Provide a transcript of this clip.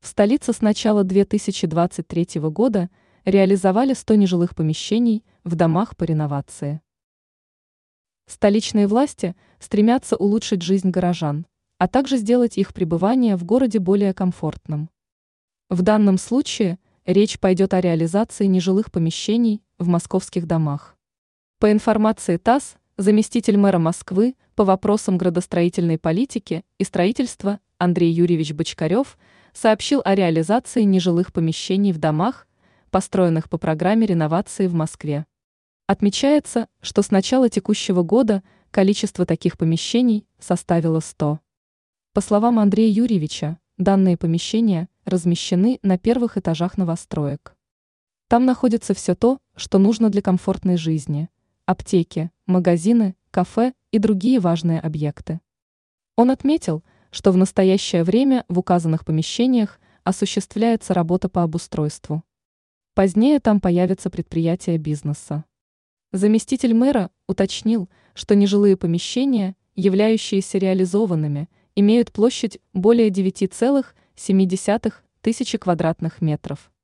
В столице с начала 2023 года реализовали 100 нежилых помещений в домах по реновации. Столичные власти стремятся улучшить жизнь горожан, а также сделать их пребывание в городе более комфортным. В данном случае речь пойдет о реализации нежилых помещений в московских домах. По информации ТАСС, заместитель мэра Москвы по вопросам градостроительной политики и строительства Андрей Юрьевич Бочкарев сообщил о реализации нежилых помещений в домах, построенных по программе реновации в Москве. Отмечается, что с начала текущего года количество таких помещений составило 100. По словам Андрея Юрьевича, данные помещения размещены на первых этажах новостроек. Там находится все то, что нужно для комфортной жизни: аптеки, магазины, кафе и другие важные объекты. Он отметил, что в настоящее время в указанных помещениях осуществляется работа по обустройству. Позднее там появятся предприятия бизнеса. Заместитель мэра уточнил, что нежилые помещения, являющиеся реализованными, имеют площадь более 9,7 тысячи квадратных метров.